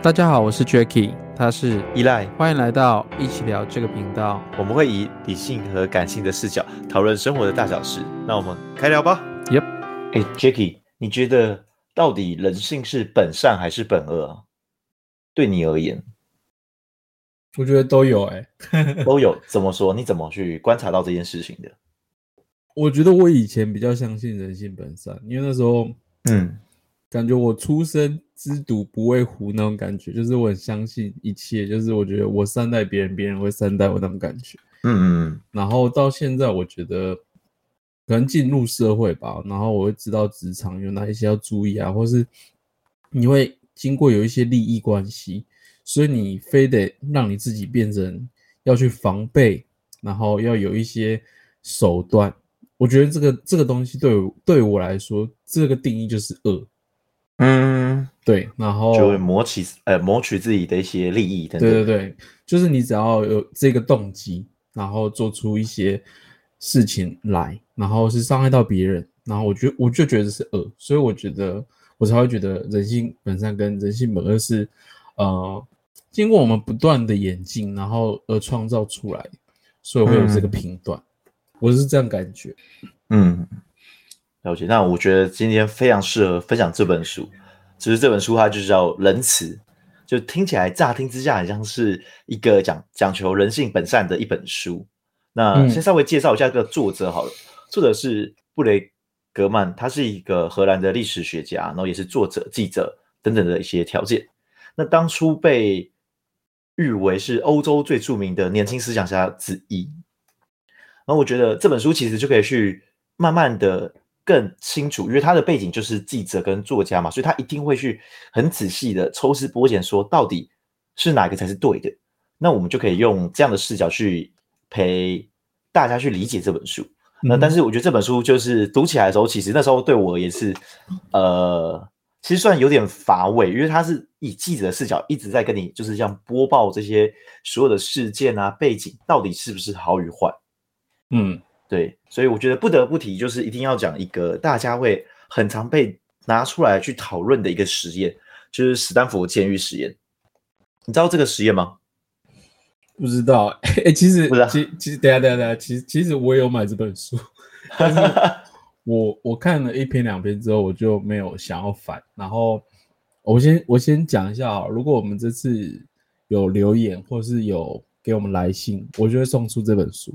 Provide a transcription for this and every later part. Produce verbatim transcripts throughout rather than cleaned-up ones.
大家好，我是 Jacky， 他是依赖， 欢迎来到一起聊这个频道。 我们会以理性和感性的视角讨论生活的大小事。那我们开聊吧。 Yep， 哎 ，Jacky， 你觉得到底人性是本善还是本恶啊？对你而言， 我觉得都有哎、欸， 都有。怎么说？你怎么去观察到这件事情的？ 我觉得我以前比较相信人性本善，因为那时候， 嗯， 感觉我出生之犊不畏虎那种感觉，就是我很相信一切，就是我觉得我善待别人，别人会善待我那种感觉。 嗯嗯嗯。 然后到现在，我觉得可能进入社会吧，然后我会知道职场有哪一些要注意啊，或是你会经过有一些利益关系，所以你非得让你自己变成要去防备，然后要有一些手段。我觉得这个这个东西对我对我来说，这个定义就是恶。 嗯， 对，然后就会谋取呃谋取自己的一些利益等等的。 对对对，就是你只要有这个动机，然后做出一些事情来，然后是伤害到别人，然后我就我就觉得是恶，所以我觉得我才会觉得人性本善跟人性本恶是呃经过我们不断的演进，然后而创造出来，所以会有这个嗯评断，我是这样感觉。 嗯，了解。那我觉得今天非常适合分享这本书。其实这本书它就叫《仁慈》，就听起来乍听之下很像是一个讲讲求人性本善的一本书。那嗯先稍微介绍一下这个作者好了，作者是布雷格曼，他是一个荷兰的历史学家，然后也是作者、记者等等的一些条件。那当初被誉为是欧洲最著名的年轻思想家之一。然后我觉得这本书其实就可以去慢慢的更清楚，因为他的背景就是记者跟作家嘛，所以他一定会去很仔细的抽丝剥茧，说到底是哪个才是对的。那我们就可以用这样的视角去陪大家去理解这本书。那但是我觉得这本书就是读起来的时候，其实那时候对我也是，呃，其实算有点乏味，因为他是以记者的视角一直在跟你就是这样播报这些所有的事件啊背景到底是不是好与坏。 嗯， 对，所以我觉得不得不提，就是一定要讲一个大家会很常被拿出来去讨论的一个实验，就是史丹佛监狱实验。你知道这个实验吗？ 不知道哎、欸，其实不知道。 其其实等一下等一下等一下，其实其实我也有买这本书，但是我我看了一篇两篇之后，我就没有想要反。然后我先我先讲一下啊，如果我们这次有留言或是有给我们来信，我就会送出这本书。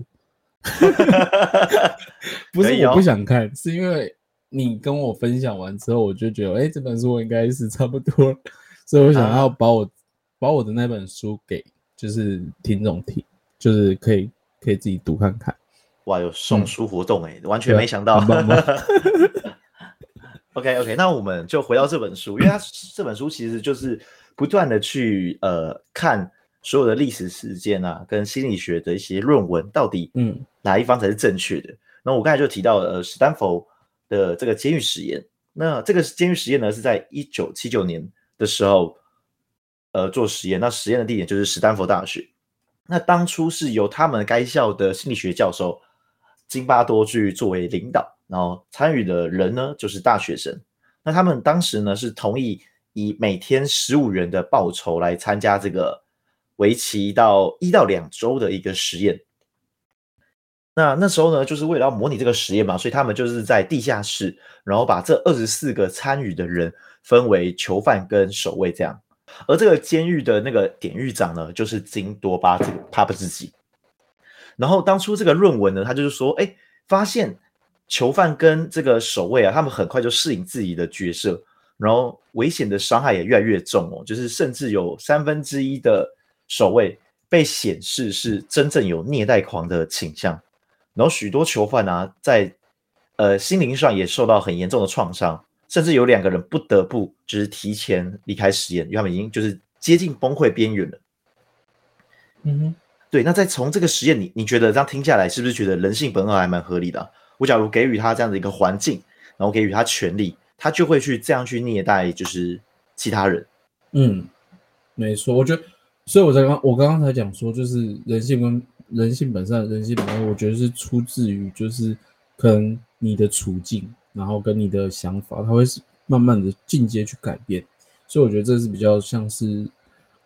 不是我不想看，哦、是因为你跟我分享完之后，我就觉得，哎，这本书我应该是差不多，所以我想要把我、啊、把我的那本书给就是听众听，就是可以可以自己读看看。 哇，有送书活动哎、嗯，完全没想到。 很棒吗 ？OK OK，那我们就回到这本书，因为它这本书其实就是不断的去呃看所有的历史事件啊，跟心理学的一些论文，到底嗯哪一方才是正确的？那我刚才就提到了、呃、史丹佛的这个监狱实验。那这个监狱实验呢，是在一九七九年的时候呃做实验，那实验的地点就是史丹佛大学。那当初是由他们该校的心理学教授金巴多去作为领导，然后参与的人呢就是大学生。那他们当时呢是同意以每天十五元的报酬来参加这个为期到一到两周的一个实验。那那时候呢，就是为了要模拟这个实验嘛，所以他们就是在地下室，然后把这二十四个参与的人分为囚犯跟守卫这样。而这个监狱的那个典狱长呢，就是金多巴这个帕布自己。然后当初这个论文呢，他就是说，哎，发现囚犯跟这个守卫啊，他们很快就适应自己的角色，然后危险的伤害也越来越重哦，就是甚至有三分之一的守卫被显示是真正有虐待狂的倾向。然后许多囚犯啊，在呃心灵上也受到很严重的创伤，甚至有两个人不得不就是提前离开实验，因为他们已经就是接近崩溃边缘了。 嗯哼， 对。那再从这个实验，你你觉得这样听下来，是不是觉得人性本恶还蛮合理的啊？我假如给予他这样的一个环境，然后给予他权利，他就会去这样去虐待就是其他人。 嗯，没错，我觉得，所以我在刚我刚刚才讲说，就是人性跟人性本善、人性本恶，我觉得是出自于就是可能你的处境，然后跟你的想法，它会慢慢的进阶去改变。所以我觉得这是比较像是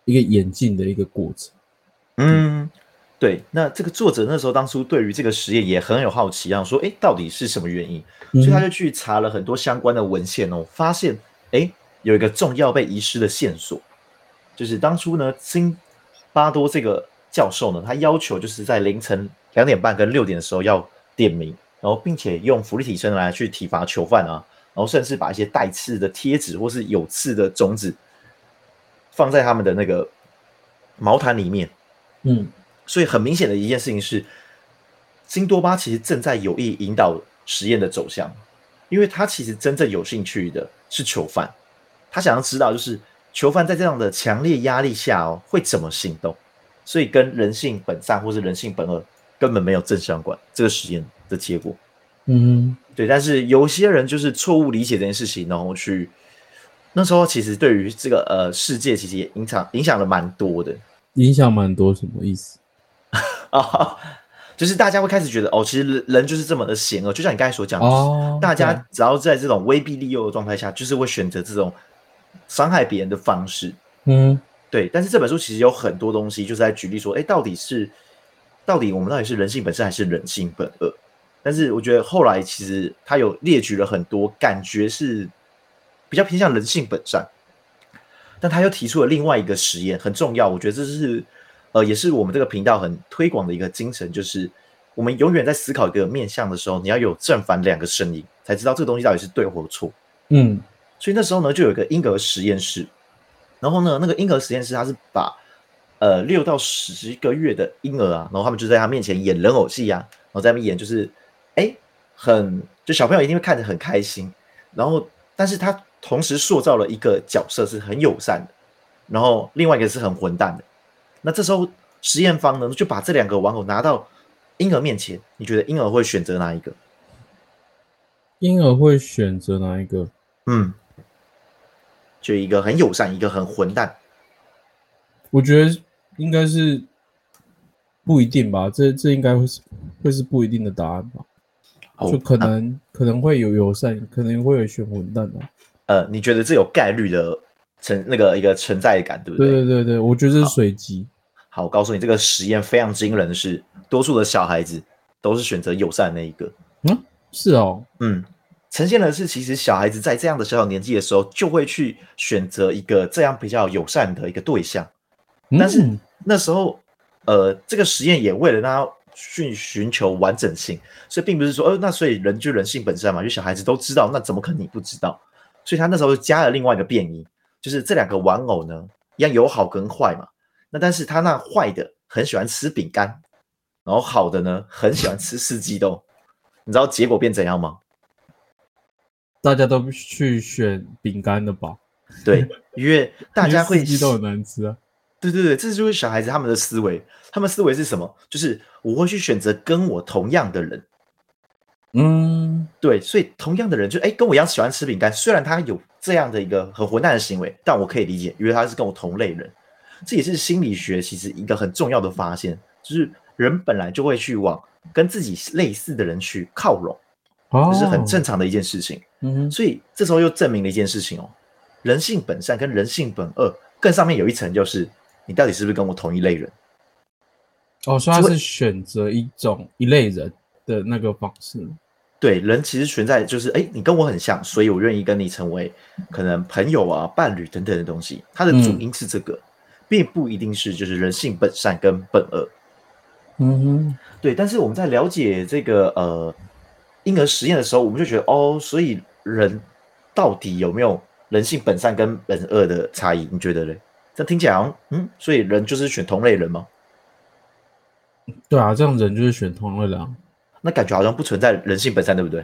一个演进的一个过程。 嗯，对。那这个作者那时候当初对于这个实验也很有好奇，想说，哎，到底是什么原因？所以他就去查了很多相关的文献哦，发现，哎，有一个重要被遗失的线索，就是当初呢，辛巴多这个教授呢，他要求就是在凌晨两点半跟六点的时候要点名，然后并且用伏地挺身来去体罚囚犯啊，然后甚至把一些带刺的贴纸或是有刺的种子放在他们的那个毛毯里面。 嗯， 所以很明显的一件事情是，辛多巴其实正在有意引导实验的走向，因为他其实真正有兴趣的是囚犯，他想要知道就是囚犯在这样的强烈压力下哦会怎么行动，所以跟人性本善或是人性本恶根本没有正相关。这个实验的结果， 嗯， 对，但是有些人就是错误理解这件事情，然后去那时候其实对于这个呃世界其实也影响影响了蛮多的。 影响蛮多，什么意思？ 啊，就是大家会开始觉得，哦，其实人就是这么的险恶，就像你刚才所讲， 哦， 大家只要在这种威逼利诱的状态下，就是会选择这种伤害别人的方式。 嗯， 对。但是这本书其实有很多东西，就是在举例说，哎，到底是到底我们到底是人性本善还是人性本恶？但是我觉得后来其实他有列举了很多，感觉是比较偏向人性本善。但他又提出了另外一个实验，很重要，我觉得这是呃，也是我们这个频道很推广的一个精神，就是我们永远在思考一个面向的时候，你要有正反两个声音，才知道这个东西到底是对或错。 嗯， 所以那时候呢，就有一个婴儿实验室，然后呢，那个婴儿实验室他是把呃六到十个月的婴儿啊，然后他们就在他面前演人偶戏啊，然后在那边演，就是哎，很就小朋友一定会看得很开心，然后但是他同时塑造了一个角色是很友善的，然后另外一个是很混蛋的。那这时候实验方呢，就把这两个玩偶拿到婴儿面前，你觉得婴儿会选择哪一个？ 婴儿会选择哪一个？ 嗯，就一个很友善，一个很混蛋。 我觉得应该是不一定吧，这这应该会是会是不一定的答案吧。 哦、 就可能、啊、可能会有友善，可能会有选混蛋的。 呃，你觉得这有概率的存那个一个存在感，对不对？ 对对对对，我觉得是随机。 好，我告诉你，这个实验非常惊人的是，多数的小孩子都是选择友善的那一个。 嗯，是哦。 嗯，呈现的是，其实小孩子在这样的小小年纪的时候，就会去选择一个这样比较友善的一个对象。 嗯、 但是那时候，呃，这个实验也为了让他去寻求完整性，所以并不是说，呃，那所以人就人性本善嘛，因为小孩子都知道，那怎么可能你不知道？所以他那时候加了另外一个变异，就是这两个玩偶呢，一样有好跟坏嘛。那但是他那坏的很喜欢吃饼干，然后好的呢很喜欢吃四季豆。你知道结果变怎样吗？ 大家都去选饼干的吧？ 对，因为大家会四季豆很难吃啊。 对对对，这就是小孩子他们的思维。他们思维是什么？就是我会去选择跟我同样的人。 嗯， 对，所以同样的人就哎跟我一样喜欢吃饼干，虽然他有这样的一个很混蛋的行为，但我可以理解，因为他是跟我同类人。这也是心理学其实一个很重要的发现，就是人本来就会去往跟自己类似的人去靠拢，这、就是很正常的一件事情。 嗯， 所以这时候又证明了一件事情哦，人性本善跟人性本恶更上面有一层，就是你到底是不是跟我同一类人？ 哦，所以他是选择一种一类人的那个方式。 对，人其实存在就是，哎，你跟我很像，所以我愿意跟你成为可能朋友啊、伴侣等等的东西。它的主因是这个，嗯、并不一定是就是人性本善跟本恶。 嗯哼， 对。但是我们在了解这个呃婴儿实验的时候，我们就觉得哦，所以人到底有没有人性本善跟本恶的差异？你觉得嘞？这听起来好像嗯，所以人就是选同类人吗？ 对啊，这样人就是选同类人啊。 那感觉好像不存在人性本善，对不对？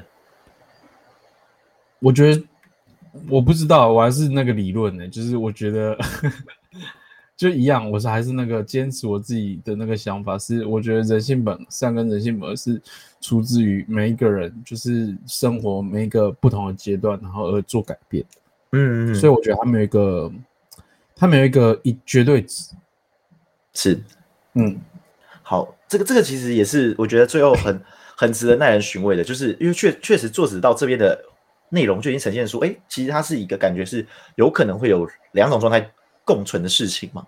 我觉得我不知道，我还是那个理论呢、欸，就是我觉得就一样，我是还是那个坚持我自己的那个想法，是我觉得人性本善跟人性本恶是出自于每一个人，就是生活每一个不同的阶段，然后而做改变。 嗯, 嗯, 嗯， 所以我觉得他们有一个，他们有一个一绝对值。 是， 嗯， 好，这个这个其实也是我觉得最后很很值得耐人寻味的，就是因为确确实作者到这边的内容就已经呈现出，哎，其实它是一个感觉是有可能会有两种状态共存的事情嘛。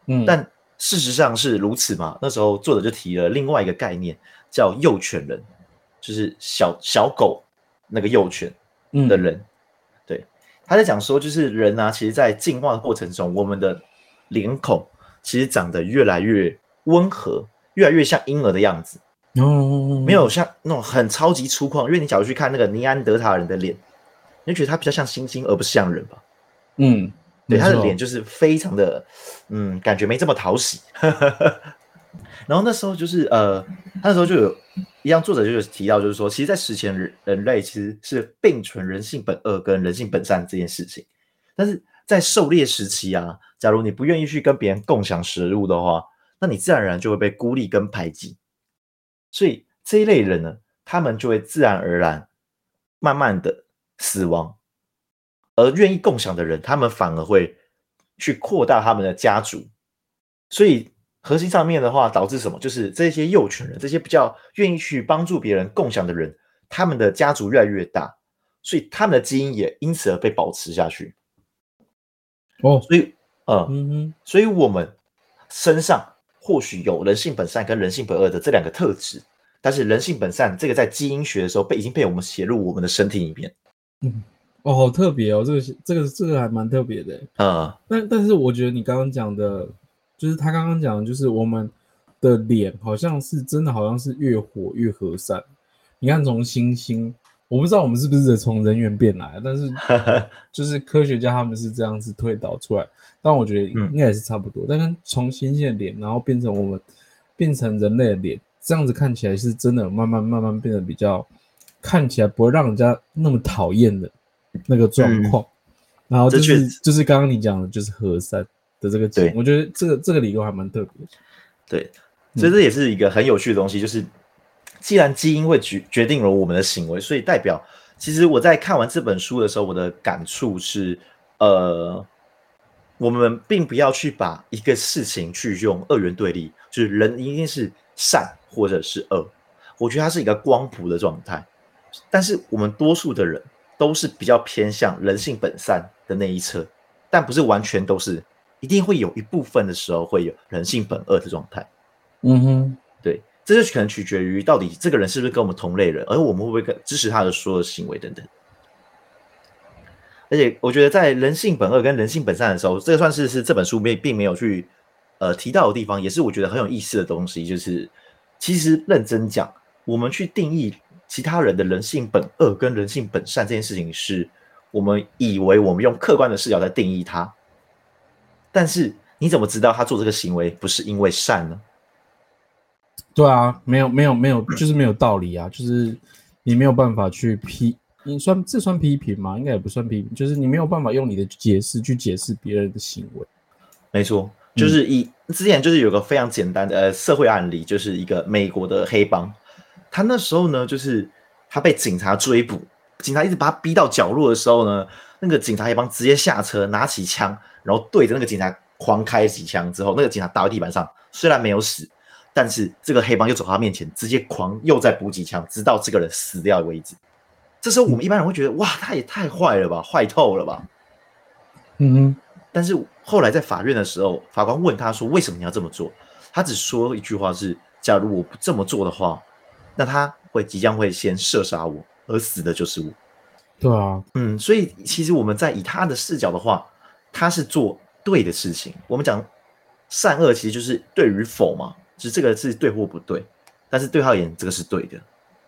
嗯，但事实上是如此嘛？那时候作者就提了另外一个概念，叫幼犬人，就是小小狗那个幼犬的人。嗯、对，他在讲说，就是人啊，其实在进化的过程中，我们的脸孔其实长得越来越温和，越来越像婴儿的样子。哦，没有像那种很超级粗犷，因为你假如去看那个尼安德塔人的脸，你就觉得他比较像猩猩，而不是像人吧？嗯。对，他的脸就是非常的，嗯，感觉没这么讨喜。然后那时候就是呃，那时候就有一样作者就有提到，就是说，其实，在史前人人类其实是并存人性本恶跟人性本善这件事情。但是在狩猎时期啊，假如你不愿意去跟别人共享食物的话，那你自然而然就会被孤立跟排挤。所以这一类人呢，他们就会自然而然慢慢的死亡。而愿意共享的人，他们反而会去扩大他们的家族，所以核心上面的话，导致什么？就是这些幼犬人，这些比较愿意去帮助别人共享的人，他们的家族越来越大，所以他们的基因也因此而被保持下去。哦，所以，呃、嗯哼，所以我们身上或许有人性本善跟人性本恶的这两个特质，但是人性本善这个在基因学的时候被已经被我们写入我们的身体里面。 嗯。哦，好特别哦，这个这个这个还蛮特别的。嗯，但但是我觉得你刚刚讲的，就是他刚刚讲的，就是我们的脸好像是真的，好像是越活越和善。你看，从猩猩，我不知道我们是不是从人猿变来，但是就是科学家他们是这样子推导出来，但我觉得应该也是差不多。嗯、但是从猩猩的脸，然后变成我们变成人类的脸，这样子看起来是真的慢慢慢慢变得比较看起来不会让人家那么讨厌的那个状况，嗯、然后就是就是刚刚你讲的，就是和善的这个基因，我觉得这个这个理论还蛮特别的。 对，所以这也是一个很有趣的东西，就是既然基因会决决定了我们的行为，所以代表其实我在看完这本书的时候，我的感触是，呃，我们并不要去把一个事情去用二元对立，就是人一定是善或者是恶，我觉得它是一个光谱的状态，但是我们多数的人都是比较偏向人性本善的那一侧，但不是完全都是，一定会有一部分的时候会有人性本恶的状态。嗯哼，对，这就可能取决于到底这个人是不是跟我们同类人，而我们会不会支持他的所有行为等等。而且我觉得在人性本恶跟人性本善的时候，这个算是是这本书并没有去呃提到的地方，也是我觉得很有意思的东西。就是其实认真讲，我们去定义其他人的人性本恶跟人性本善这件事情，是我们以为我们用客观的视角在定义他，但是你怎么知道他做这个行为不是因为善呢？ 对啊，没有没有没有，就是没有道理啊，就是你没有办法去批，你算这算批评吗？应该也不算批评，就是你没有办法用你的解释去解释别人的行为。 没错，就是以、嗯、之前就是有个非常简单的呃社会案例，就是一个美国的黑帮，他那时候呢，就是他被警察追捕，警察一直把他逼到角落的时候呢，那个警察黑帮直接下车，拿起枪，然后对着那个警察狂开几枪之后，那个警察倒在地板上，虽然没有死。但是这个黑帮又走到他面前，直接狂又再补几枪，直到这个人死掉为止。这时候我们一般人会觉得，哇，他也太坏了吧，坏透了吧。嗯哼。但是后来在法院的时候，法官问他说：“为什么你要这么做？”他只说一句话是：“假如我不这么做的话，那他会即将会先射杀我，而死的就是我。” 对啊， 嗯，所以其实我们在以他的视角的话，他是做对的事情。我们讲善恶，其实就是对与否嘛。就是这个是对或不对，但是对他而言，这个是对的。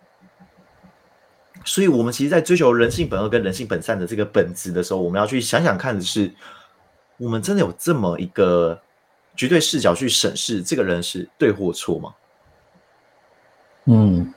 所以，我们其实，在追求人性本恶跟人性本善的这个本质的时候，我们要去想想看的是，我们真的有这么一个绝对视角去审视这个人是对或错吗？嗯，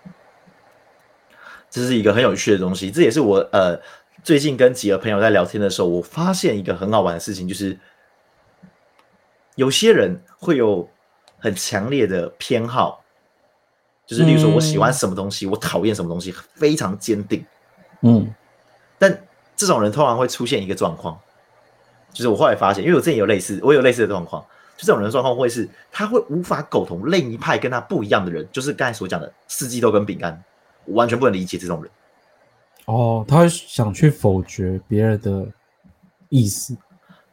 这是一个很有趣的东西。这也是我呃最近跟几个朋友在聊天的时候，我发现一个很好玩的事情，就是有些人会有很强烈的偏好，就是例如说我喜欢什么东西，嗯、我讨厌什么东西，非常坚定。嗯，但这种人通常会出现一个状况，就是我后来发现，因为我之前有类似，我有类似的状况，就这种人的状况会是，他会无法苟同另一派跟他不一样的人，就是刚才所讲的四季豆跟饼干，我完全不能理解这种人。 哦，他会想去否决别人的意思。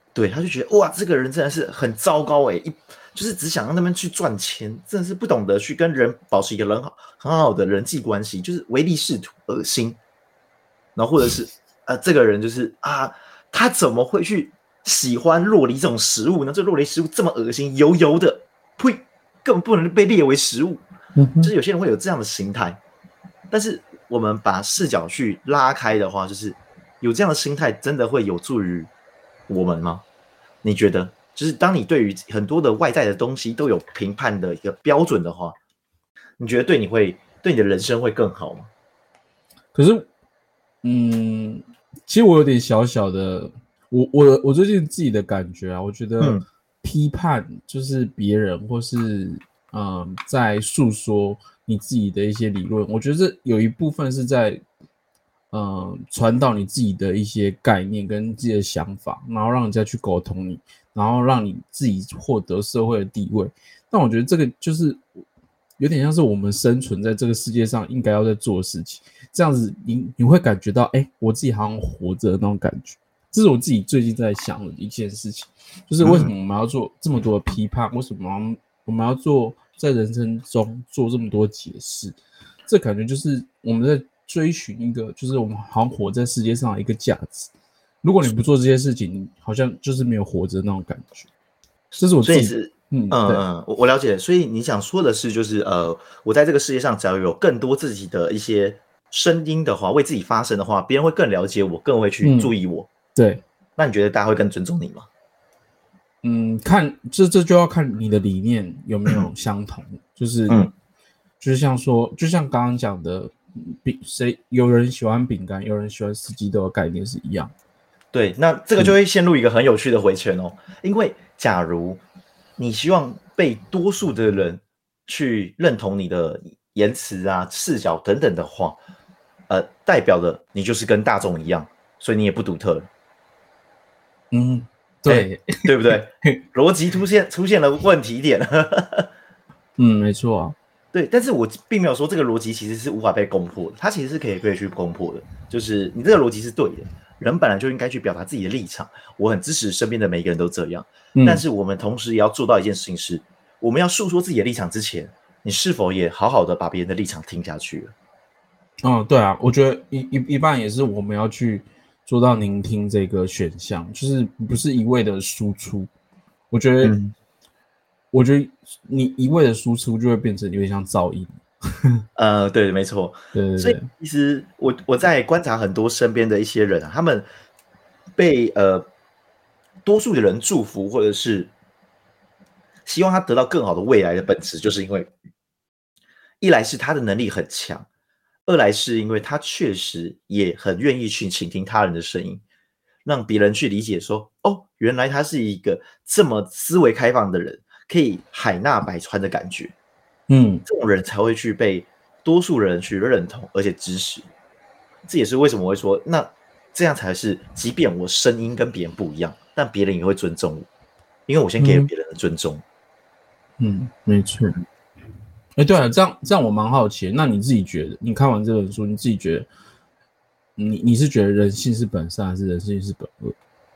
对，他就觉得哇，这个人真的是很糟糕哎，一就是只想让他们去赚钱，真的是不懂得去跟人保持一个很好很好的人际关系，就是唯利是图、恶心。然后或者是呃，这个人就是啊，他怎么会去喜欢酪梨这种食物呢？这酪梨食物这么恶心，油油的，呸，根本不能被列为食物。嗯、就是有些人会有这样的心态，但是我们把视角去拉开的话，就是有这样的心态，真的会有助于我们吗？你觉得？就是当你对于很多的外在的东西都有评判的一个标准的话，你觉得对你会对你的人生会更好吗？ 可是，嗯，其实我有点小小的，我我我最近自己的感觉啊，我觉得批判就是别人或是嗯在诉说你自己的一些理论，我觉得这有一部分是在嗯传导你自己的一些概念跟自己的想法，然后让人家去沟通你。然后让你自己获得社会的地位，但我觉得这个就是有点像是我们生存在这个世界上应该要在做的事情。这样子你，你会感觉到，哎，我自己好像活着的那种感觉。这是我自己最近在想的一件事情，就是为什么我们要做这么多的批判？为什么我们要做在人生中做这么多解释？这感觉就是我们在追寻一个，就是我们好像活在世界上的一个价值。如果你不做这些事情，你好像就是没有活着那种感觉。这是我自己， 所以是嗯嗯，我我了解。所以你想说的是，就是呃，我在这个世界上，只要有更多自己的一些声音的话，为自己发声的话，别人会更了解我，更会去注意我。 嗯、对， 那你觉得大家会更尊重你吗？ 嗯，看这这就要看你的理念有没有相同，就是，嗯，就是像说，就像刚刚讲的，饼谁有人喜欢饼干，有人喜欢司机豆的概念是一样。 对，那这个就会陷入一个很有趣的回圈哦。嗯、因为假如你希望被多数的人去认同你的言辞啊、视角等等的话，呃，代表的你就是跟大众一样，所以你也不独特了。 嗯，对， 欸、对不对？逻辑出现出现了问题点。 嗯，没错啊。 对，但是我并没有说这个逻辑其实是无法被攻破的，它其实是可以被去攻破的。就是你这个逻辑是对的，人本来就应该去表达自己的立场，我很支持身边的每一个人都这样。嗯、但是我们同时也要做到一件事情是，我们要诉说自己的立场之前，你是否也好好的把别人的立场听下去了？ 嗯，对啊，我觉得一一一半也是我们要去做到聆听这个选项，就是不是一味的输出。我觉得。嗯我觉得你一味的输出就会变成有点像噪音。 呃，对，没错。 对对对。 所以其实我我在观察很多身边的一些人啊，他们被呃多数的人祝福，或者是希望他得到更好的未来的本质，就是因为一来是他的能力很强，二来是因为他确实也很愿意去倾听他人的声音，让别人去理解说，哦，原来他是一个这么思维开放的人。可以海纳百川的感觉，嗯，这种人才会去被多数人去认同，而且支持。这也是为什么我会说，那这样才是，即便我声音跟别人不一样，但别人也会尊重我，因为我先给了别人的尊重。 嗯，没错。哎，对了，这样这样我蛮好奇的，那你自己觉得，你看完这本书，你自己觉得，你你是觉得人性是本善，还是人性是本恶？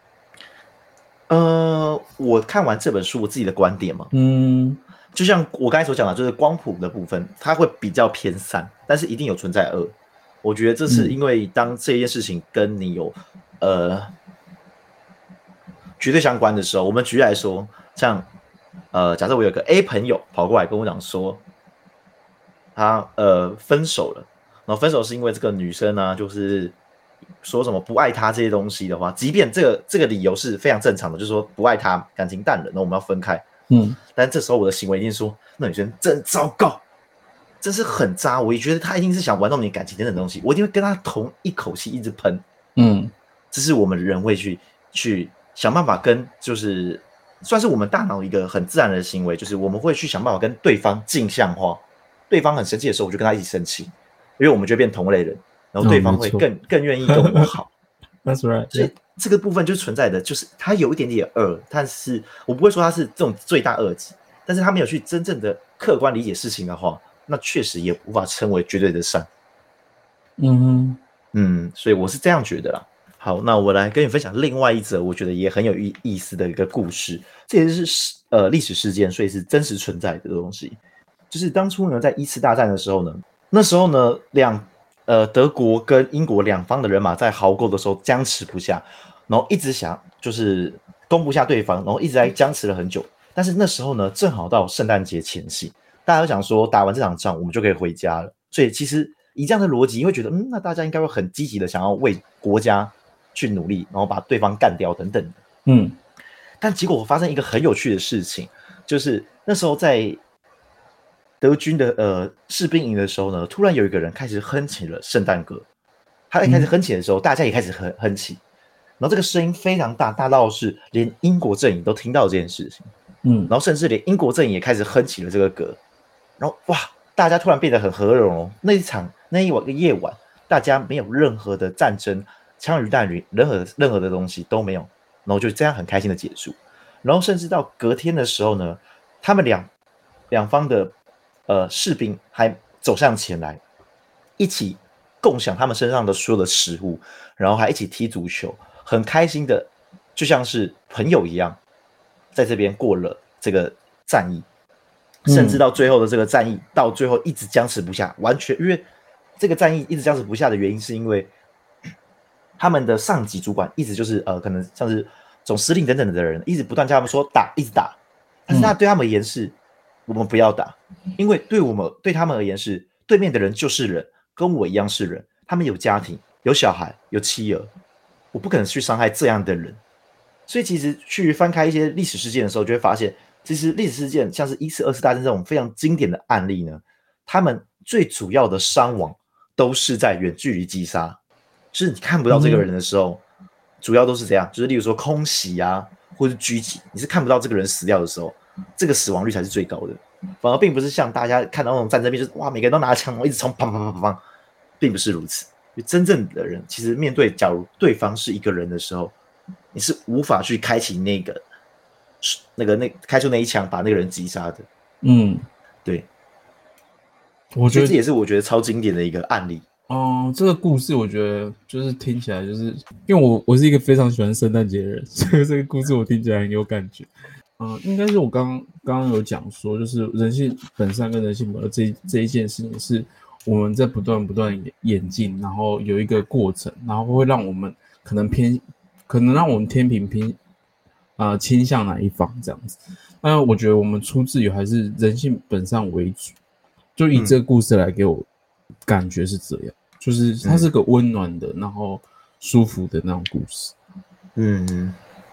呃，我看完这本书，我自己的观点嘛，嗯，就像我刚才所讲的，就是光谱的部分，它会比较偏善，但是一定有存在恶。我觉得这是因为当这件事情跟你有呃绝对相关的时候，我们举例来说，像呃，假设我有个 A 朋友跑过来跟我讲说，他呃分手了，然后分手是因为这个女生呢，就是说什么不爱他这些东西的话，即便这个这个理由是非常正常的，就是说不爱他，感情淡了，那我们要分开。嗯，但这时候我的行为一定说，那女生真糟糕，真是很渣，我也觉得她一定是想玩弄你感情等等东西，我一定会跟她同一口气一直喷。嗯，这是我们人会去去想办法跟，就是算是我们大脑一个很自然的行为，就是我们会去想办法跟对方镜像化，对方很生气的时候，我就跟他一起生气，因为我们就变同类人。然后对方会更、哦、更愿意跟我好。 That's right. 所以这个部分就存在的，就是他有一点点恶，但是我不会说他是这种最大恶极，但是他没有去真正的客观理解事情的话，那确实也无法称为绝对的善。 嗯嗯， 所以我是这样觉得啦。 好，那我来跟你分享另外一则我觉得也很有意思的一个故事，这也是呃历史事件，所以是真实存在的东西。就是当初呢，在一次大战的时候呢，那时候呢，两呃德国跟英国两方的人马在壕沟的时候僵持不下，然后一直想就是攻不下对方，然后一直在僵持了很久。但是那时候呢，正好到圣诞节前夕，大家都想说打完这场仗我们就可以回家了。所以其实以这样的逻辑，你会觉得，嗯，那大家应该会很积极的想要为国家去努力，然后把对方干掉等等的。 嗯， 但结果我发生一个很有趣的事情，就是那时候在德军的呃士兵营的时候呢，突然有一个人开始哼起了圣诞歌。他一开始哼起的时候，嗯、大家也开始哼哼起，然后这个声音非常大，大到是连英国阵营都听到这件事情。嗯，然后甚至连英国阵营也开始哼起了这个歌，然后哇，大家突然变得很和融。那一场那一晚的夜晚，大家没有任何的战争、枪与弹与任何任何的东西都没有，然后就这样很开心的结束。然后甚至到隔天的时候呢，他们两两方的呃士兵还走上前来，一起共享他们身上的所有的食物，然后还一起踢足球，很开心的，就像是朋友一样。在这边过了这个战役，甚至到最后的这个战役，嗯、到最后一直僵持不下，完全因为这个战役一直僵持不下的原因，是因为他们的上级主管一直就是呃，可能像是总司令等等的人，一直不断叫他们说打，一直打，但是他对他们而言是，嗯、我们不要打，因为对我们对他们而言是，对面的人就是人，跟我一样是人，他们有家庭，有小孩，有妻儿，我不可能去伤害这样的人。所以其实去翻开一些历史事件的时候，就会发现，其实历史事件像是一次、二次大战这种非常经典的案例呢，他们最主要的伤亡都是在远距离击杀，就是你看不到这个人的时候，嗯、主要都是这样，就是例如说空袭啊，或是狙击，你是看不到这个人死掉的时候，这个死亡率才是最高的。反而并不是像大家看到那种战争片，就是哇，每个人都拿枪，一直冲，砰砰砰砰砰，并不是如此。真正的人，其实面对假如对方是一个人的时候，你是无法去开启那个那个那开出那一枪把那个人击杀的。嗯，对，我觉得这也是我觉得超经典的一个案例。 哦、嗯，这个故事我觉得就是听起来就是因为我我是一个非常喜欢圣诞节的人，所以这个故事我听起来很有感觉。嗯，应该是我刚刚刚有讲说，就是人性本善跟人性本恶这这一件事情是我们在不断不断演进，然后有一个过程，然后会让我们可能偏。可能让我们天平偏呃倾向哪一方这样子，那我觉得我们出自于还是人性本善为主，就以这个故事来给我感觉是这样，嗯、就是它是个温暖的，然后舒服的那种故事。 嗯，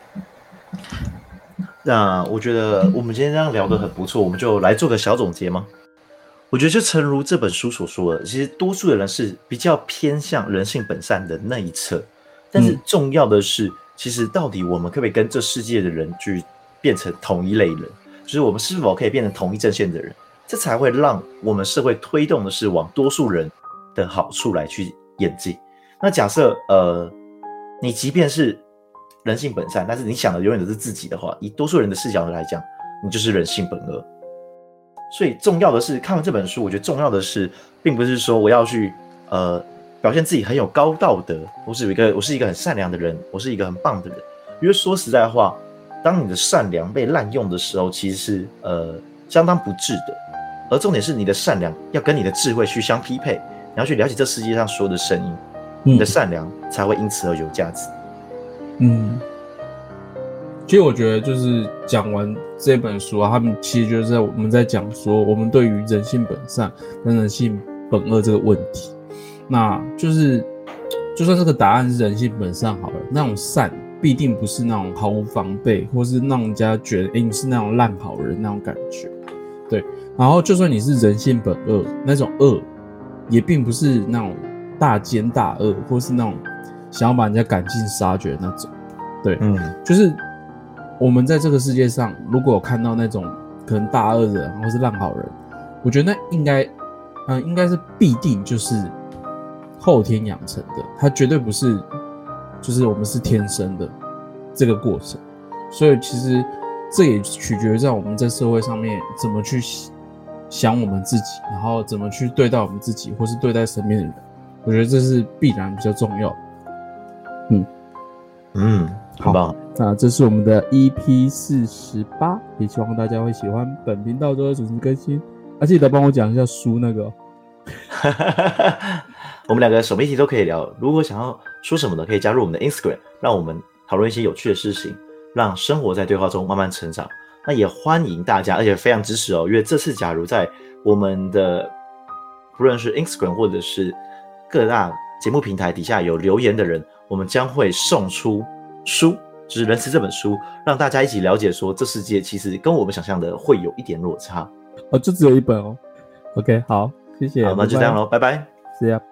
那我觉得我们今天这样聊得很不错，我们就来做个小总结吗？我觉得就诚如这本书所说的，其实多数的人是比较偏向人性本善的那一侧。但是重要的是，嗯、其实到底我们可不可以跟这世界的人去变成同一类人？就是我们是否可以变成同一阵线的人？这才会让我们社会推动的是往多数人的好处来去演进。那假设呃，你即便是人性本善，但是你想的永远都是自己的话，以多数人的视角来讲，你就是人性本恶。所以重要的是，看完这本书，我觉得重要的是，并不是说我要去呃。表现自己很有高道德，我是一个我是一个很善良的人，我是一个很棒的人。因为说实在话，当你的善良被滥用的时候，其实是呃相当不智的。而重点是你的善良要跟你的智慧去相匹配，你要去了解这世界上所有的声音，嗯、你的善良才会因此而有价值。 嗯，其实我觉得就是讲完这本书啊，他们其实就是在我们在讲说，我们对于人性本善跟人性本恶这个问题。那就是，就算这个答案是人性本善好了，那种善必定不是那种毫无防备，或是让人家觉得，哎、欸，你是那种烂好人那种感觉，对。然后，就算你是人性本恶，那种恶也并不是那种大奸大恶，或是那种想要把人家赶尽杀绝的那种，对，嗯，就是我们在这个世界上，如果有看到那种可能大恶人或是烂好人，我觉得那应该，嗯，应该是必定就是后天养成的，它绝对不是就是我们是天生的这个过程。所以其实这也取决于在我们在社会上面怎么去想我们自己，然后怎么去对待我们自己，或是对待身边的人。我觉得这是必然比较重要的。嗯嗯，很棒。 那这是我们的 E P 四十八，也希望大家会喜欢。本频道都会准时更新，而且记得帮我讲一下书那个、哦。 我们两个什么议题都可以聊，如果想要说什么的，可以加入我们的 Instagram， 让我们讨论一些有趣的事情，让生活在对话中慢慢成长。那也欢迎大家，而且非常支持哦，因为这次假如在我们的不论是 Instagram 或者是各大节目平台底下有留言的人，我们将会送出书，就是《人慈》这本书，让大家一起了解说这世界其实跟我们想象的会有一点落差。 哦，就只有一本哦。OK， 好，谢谢。 好，那就这样咯，拜拜。 是呀。